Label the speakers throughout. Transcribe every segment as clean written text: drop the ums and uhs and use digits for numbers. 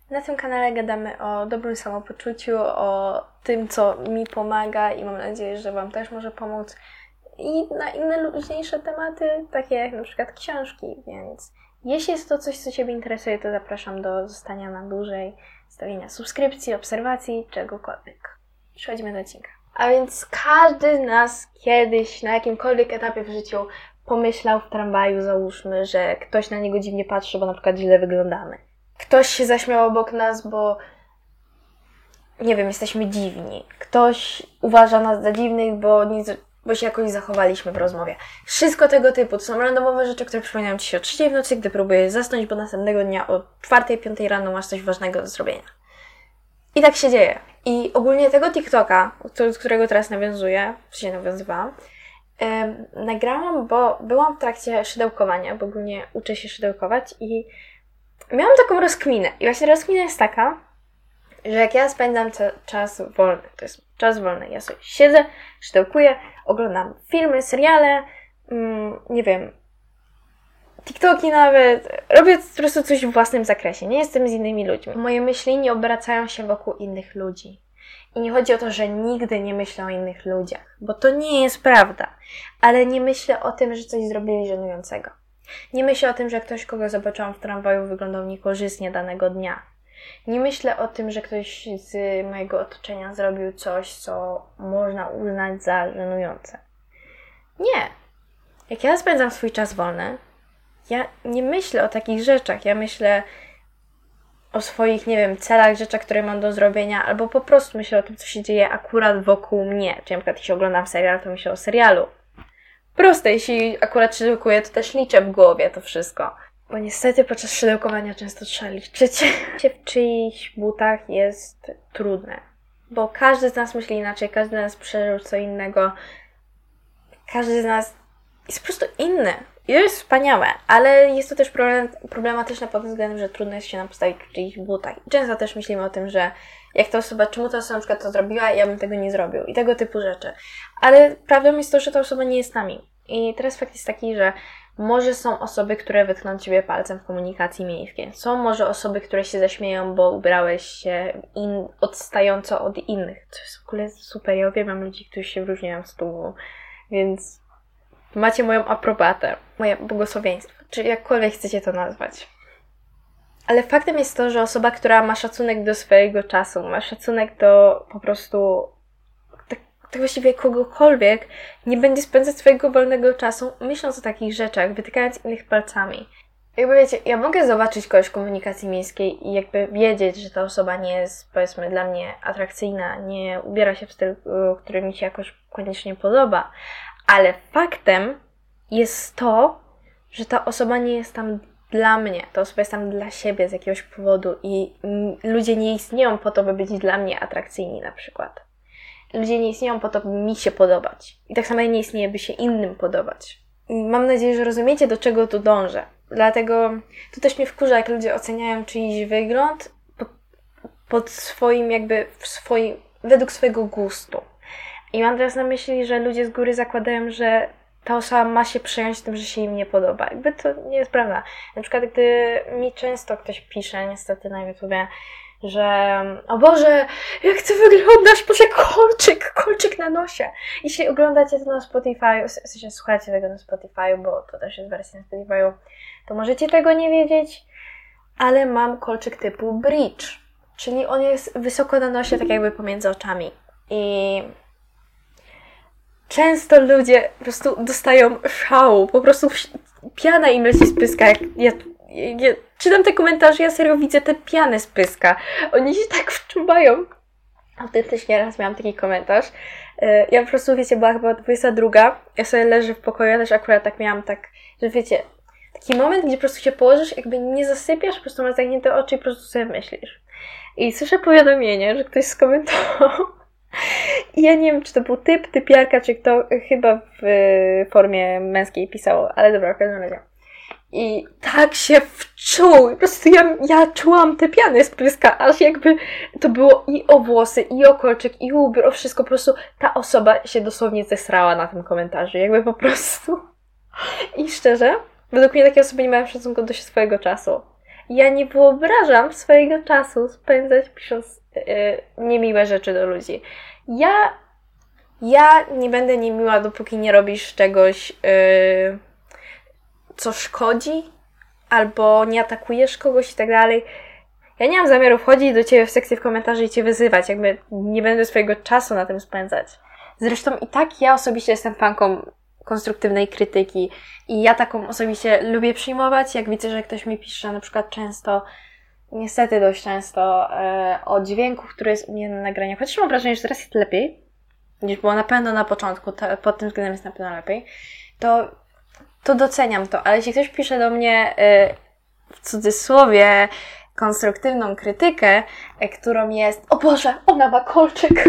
Speaker 1: Na tym kanale gadamy o dobrym samopoczuciu, o tym, co mi pomaga i mam nadzieję, że Wam też może pomóc. I na inne luźniejsze tematy, takie jak na przykład książki, więc jeśli jest to coś, co Ciebie interesuje, to zapraszam do zostania na dłużej, stawienia subskrypcji, obserwacji, czegokolwiek. Przechodzimy do odcinka. A więc każdy z nas kiedyś, na jakimkolwiek etapie w życiu pomyślał w tramwaju, załóżmy, że ktoś na niego dziwnie patrzy, bo na przykład źle wyglądamy. Ktoś się zaśmiał obok nas, bo nie wiem, jesteśmy dziwni. Ktoś uważa nas za dziwnych, bo się jakoś zachowaliśmy w rozmowie. Wszystko tego typu. To są randomowe rzeczy, które przypominają Ci się o 3 w nocy, gdy próbujesz zasnąć, bo następnego dnia o 4-5 rano masz coś ważnego do zrobienia. I tak się dzieje. I ogólnie tego TikToka, do którego teraz nawiązywałam, nagrałam, bo byłam w trakcie szydełkowania, bo ogólnie uczę się szydełkować i miałam taką rozkminę. I właśnie rozkmina jest taka, że jak ja spędzam czas wolny, to jest czas wolny, ja sobie siedzę, szydełkuję, oglądam filmy, seriale, nie wiem, TikToki nawet, robię po prostu coś w własnym zakresie, nie jestem z innymi ludźmi. Moje myśli nie obracają się wokół innych ludzi. I nie chodzi o to, że nigdy nie myślę o innych ludziach, bo to nie jest prawda, ale nie myślę o tym, że coś zrobili żenującego. Nie myślę o tym, że ktoś, kogo zobaczyłam w tramwaju, wyglądał niekorzystnie danego dnia. Nie myślę o tym, że ktoś z mojego otoczenia zrobił coś, co można uznać za żenujące. Nie. Jak ja spędzam swój czas wolny, ja nie myślę o takich rzeczach. Ja myślę o swoich, nie wiem, celach, rzeczach, które mam do zrobienia, albo po prostu myślę o tym, co się dzieje akurat wokół mnie. Czyli na przykład jeśli oglądam serial, to myślę o serialu. Proste, jeśli akurat szydełkuję, to też liczę w głowie to wszystko. Bo niestety podczas szydełkowania często trzeba liczyć. Bycie w czyichś butach jest trudne. Bo każdy z nas myśli inaczej, każdy z nas przeżył co innego. Każdy z nas jest po prostu inny. I to jest wspaniałe, ale jest to też problematyczne pod względem, że trudno jest się nam postawić w czyichś butach. I często też myślimy o tym, że jak ta osoba, czemu ta osoba na przykład to zrobiła, ja bym tego nie zrobił. I tego typu rzeczy. Ale prawdą jest to, że ta osoba nie jest nami. I teraz fakt jest taki, że może są osoby, które wytkną Ciebie palcem w komunikacji miejskiej. Są może osoby, które się zaśmieją, bo ubrałeś się odstająco od innych. To jest w ogóle super. Ja uwielbiam ludzi, którzy się wyróżniają z tłumu. Więc macie moją aprobatę, moje błogosławieństwo, czy jakkolwiek chcecie to nazwać. Ale faktem jest to, że osoba, która ma szacunek do swojego czasu, ma szacunek do po prostu tak właściwie kogokolwiek, nie będzie spędzać swojego wolnego czasu myśląc o takich rzeczach, wytykając innych palcami. Jakby wiecie, ja mogę zobaczyć kogoś w komunikacji miejskiej i jakby wiedzieć, że ta osoba nie jest, powiedzmy, dla mnie atrakcyjna, nie ubiera się w styl, który mi się jakoś koniecznie podoba, ale faktem jest to, że ta osoba nie jest tam dla mnie, ta osoba jest tam dla siebie z jakiegoś powodu i ludzie nie istnieją po to, by być dla mnie atrakcyjni na przykład. Ludzie nie istnieją po to, by mi się podobać. I tak samo nie istnieje, by się innym podobać. I mam nadzieję, że rozumiecie, do czego tu dążę. Dlatego to też mnie wkurza, jak ludzie oceniają czyjś wygląd pod swoim według swojego gustu. I mam teraz na myśli, że ludzie z góry zakładają, że ta osoba ma się przejąć tym, że się im nie podoba. Jakby to nie jest prawda. Na przykład, gdy mi często ktoś pisze, niestety na YouTubie, że o Boże, jak ty wyglądasz, Boże, kolczyk na nosie. Jeśli oglądacie to na Spotify, w sensie słuchacie tego na Spotify, bo to też jest wersja na Spotify, to możecie tego nie wiedzieć, ale mam kolczyk typu bridge, czyli on jest wysoko na nosie, tak jakby pomiędzy oczami. I często ludzie po prostu dostają szału, po prostu piana im leci z pyska, jak ja czytam te komentarze, ja serio widzę te piany z pyska. Oni się tak wczuwają. Autentycznie raz miałam taki komentarz. Ja po prostu, wiecie, była chyba 22. Ja sobie leżę w pokoju, ja też akurat tak miałam, że wiecie, taki moment, gdzie po prostu się położysz, jakby nie zasypiasz, po prostu masz zamknięte oczy i po prostu sobie myślisz. I słyszę powiadomienie, że ktoś skomentował. I ja nie wiem, czy to był typiarka, czy kto, chyba w formie męskiej pisało, ale dobra, w każdym razie. I tak się wczuł. Po prostu ja czułam te piany z pyska, aż jakby to było i o włosy, i o kolczyk, i o ubiór, o wszystko. Po prostu ta osoba się dosłownie zesrała na tym komentarzu. Jakby po prostu. I szczerze, według mnie takie osoby nie mają szacunku do swojego czasu. Ja nie wyobrażam swojego czasu spędzać pisząc niemiłe rzeczy do ludzi. Ja nie będę niemiła, dopóki nie robisz czegoś, co szkodzi, albo nie atakujesz kogoś i tak dalej. Ja nie mam zamiaru wchodzić do ciebie w sekcję w komentarzy i cię wyzywać, jakby nie będę swojego czasu na tym spędzać. Zresztą i tak ja osobiście jestem fanką konstruktywnej krytyki i ja taką osobiście lubię przyjmować, jak widzę, że ktoś mi pisze na przykład często, niestety dość często, o dźwięku, który jest u mnie na nagraniach, chociaż mam wrażenie, że teraz jest lepiej, niż było na pewno na początku, pod tym względem jest na pewno lepiej, to doceniam to, ale jeśli ktoś pisze do mnie w cudzysłowie konstruktywną krytykę, którą jest: o Boże, ona ma kolczyk,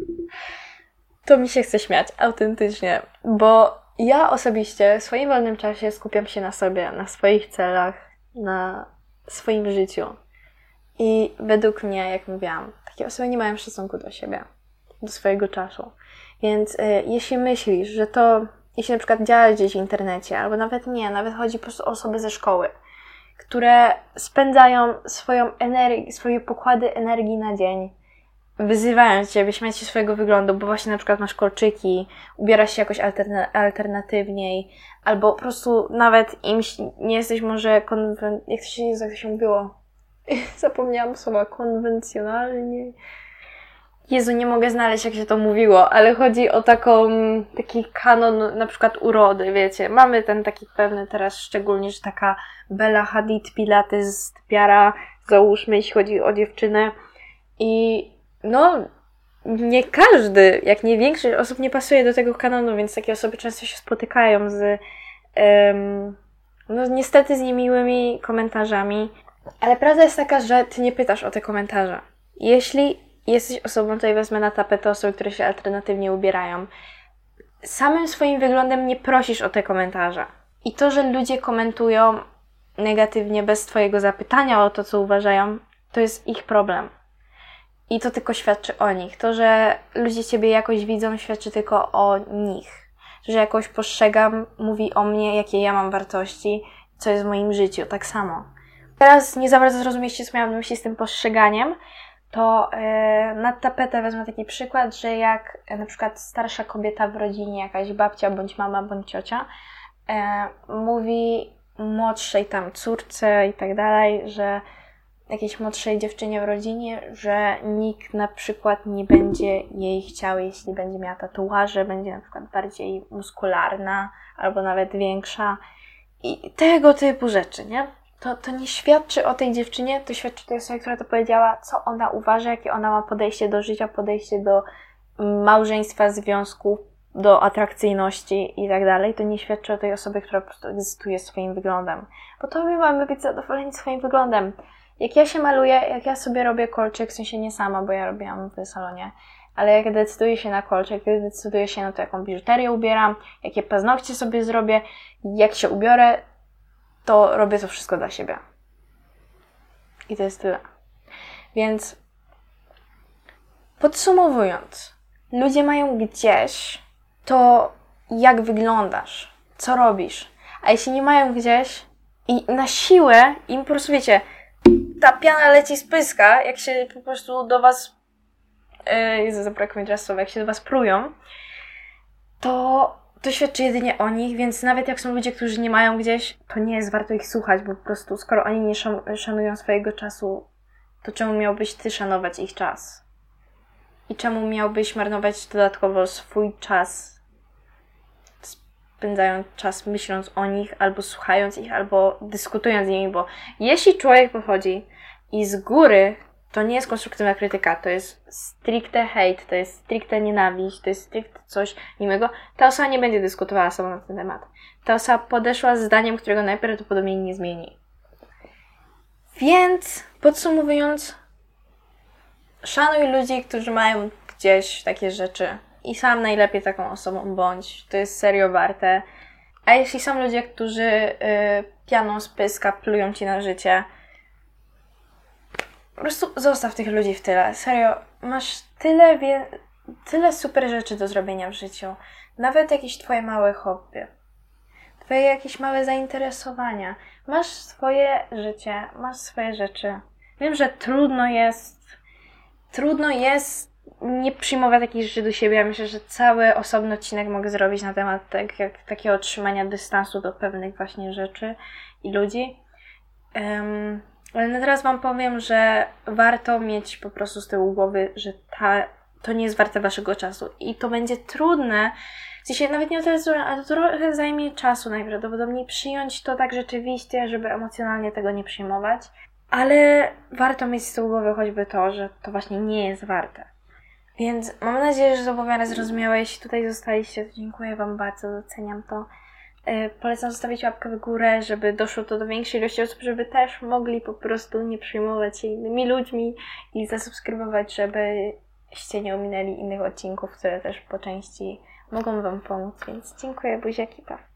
Speaker 1: to mi się chce śmiać, autentycznie, bo ja osobiście w swoim wolnym czasie skupiam się na sobie, na swoich celach, na swoim życiu. I według mnie, jak mówiłam, takie osoby nie mają szacunku do siebie, do swojego czasu. Więc jeśli myślisz, że jeśli na przykład działasz gdzieś w internecie, albo nawet nie, nawet chodzi po prostu o osoby ze szkoły, które spędzają swoją energię, swoje pokłady energii na dzień, wyzywając ciebie, śmiać się swojego wyglądu, bo właśnie na przykład masz kolczyki, ubierasz się jakoś alternatywniej, albo po prostu nawet nie jesteś może jak to się mówiło? Zapomniałam słowa konwencjonalnie. Jezu, nie mogę znaleźć, jak się to mówiło, ale chodzi o taki kanon na przykład urody, wiecie. Mamy ten taki pewny teraz szczególnie, że taka Bella Hadid, Pilates, Tiara, załóżmy, jeśli chodzi o dziewczynę. I nie każdy, jak nie większość osób nie pasuje do tego kanonu, więc takie osoby często się spotykają z niestety z niemiłymi komentarzami. Ale prawda jest taka, że ty nie pytasz o te komentarze. Jeśli jesteś osobą, tutaj wezmę na tapetę osoby, które się alternatywnie ubierają, samym swoim wyglądem nie prosisz o te komentarze. I to, że ludzie komentują negatywnie bez twojego zapytania o to, co uważają, to jest ich problem. I to tylko świadczy o nich. To, że ludzie ciebie jakoś widzą, świadczy tylko o nich. Że jakoś postrzegam, mówi o mnie, jakie ja mam wartości, co jest w moim życiu, tak samo. Teraz nie za bardzo zrozumieliście, co miałam na myśli z tym postrzeganiem, to na tapetę wezmę taki przykład, że jak na przykład starsza kobieta w rodzinie, jakaś babcia, bądź mama, bądź ciocia, mówi młodszej tam córce i tak dalej, że jakiejś młodszej dziewczynie w rodzinie, że nikt na przykład nie będzie jej chciał, jeśli będzie miała tatuaże, będzie na przykład bardziej muskularna albo nawet większa i tego typu rzeczy, nie? To nie świadczy o tej dziewczynie, to świadczy o tej osobie, która to powiedziała, co ona uważa, jakie ona ma podejście do życia, podejście do małżeństwa, związków, do atrakcyjności i tak dalej. To nie świadczy o tej osobie, która po prostu egzystuje swoim wyglądem. Bo to my mamy być zadowoleni swoim wyglądem. Jak ja się maluję, jak ja sobie robię kolczyk, w sensie nie sama, bo ja robiłam w salonie, ale jak decyduję się na kolczyk, jak decyduję się na to, jaką biżuterię ubieram, jakie paznokcie sobie zrobię, jak się ubiorę, to robię to wszystko dla siebie. I to jest tyle. Więc podsumowując, ludzie mają gdzieś to, jak wyglądasz, co robisz. A jeśli nie mają gdzieś i na siłę im po prostu, wiecie, ta piana leci z pyska, jak się po prostu do was zabrakło mi teraz słowa, jak się do was prują, to świadczy jedynie o nich, więc nawet jak są ludzie, którzy nie mają gdzieś, to nie jest warto ich słuchać, bo po prostu skoro oni nie szanują swojego czasu, to czemu miałbyś ty szanować ich czas? I czemu miałbyś marnować dodatkowo swój czas, spędzając czas myśląc o nich, albo słuchając ich, albo dyskutując z nimi, bo jeśli człowiek pochodzi i z góry, to nie jest konstruktywna krytyka, to jest stricte hate, to jest stricte nienawiść, to jest stricte coś niemiłego, ta osoba nie będzie dyskutowała z sobą na ten temat. Ta osoba podeszła z zdaniem, którego najprawdopodobniej nie zmieni. Więc podsumowując, szanuj ludzi, którzy mają gdzieś takie rzeczy i sam najlepiej taką osobą bądź. To jest serio warte. A jeśli są ludzie, którzy pianą z pyska plują ci na życie, po prostu zostaw tych ludzi w tyle. Serio, masz tyle super rzeczy do zrobienia w życiu. Nawet jakieś twoje małe hobby. Twoje jakieś małe zainteresowania. Masz swoje życie, masz swoje rzeczy. Wiem, że trudno jest nie przyjmować takich rzeczy do siebie. Ja myślę, że cały osobny odcinek mogę zrobić na temat takiego trzymania dystansu do pewnych właśnie rzeczy i ludzi. Ale na teraz Wam powiem, że warto mieć po prostu z tyłu głowy, że to nie jest warte Waszego czasu. I to będzie trudne, w sensie nawet nie o tyle trudne, ale to trochę zajmie czasu najprawdopodobniej przyjąć to tak rzeczywiście, żeby emocjonalnie tego nie przyjmować. Ale warto mieć z tyłu głowy choćby to, że to właśnie nie jest warte. Więc mam nadzieję, że z opowiadania zrozumiałe. Jeśli tutaj zostaliście, to dziękuję Wam bardzo, doceniam to. Polecam zostawić łapkę w górę, żeby doszło to do większej ilości osób, żeby też mogli po prostu nie przejmować się innymi ludźmi i zasubskrybować, żebyście nie ominęli innych odcinków, które też po części mogą Wam pomóc. Więc dziękuję, buziaki, pa!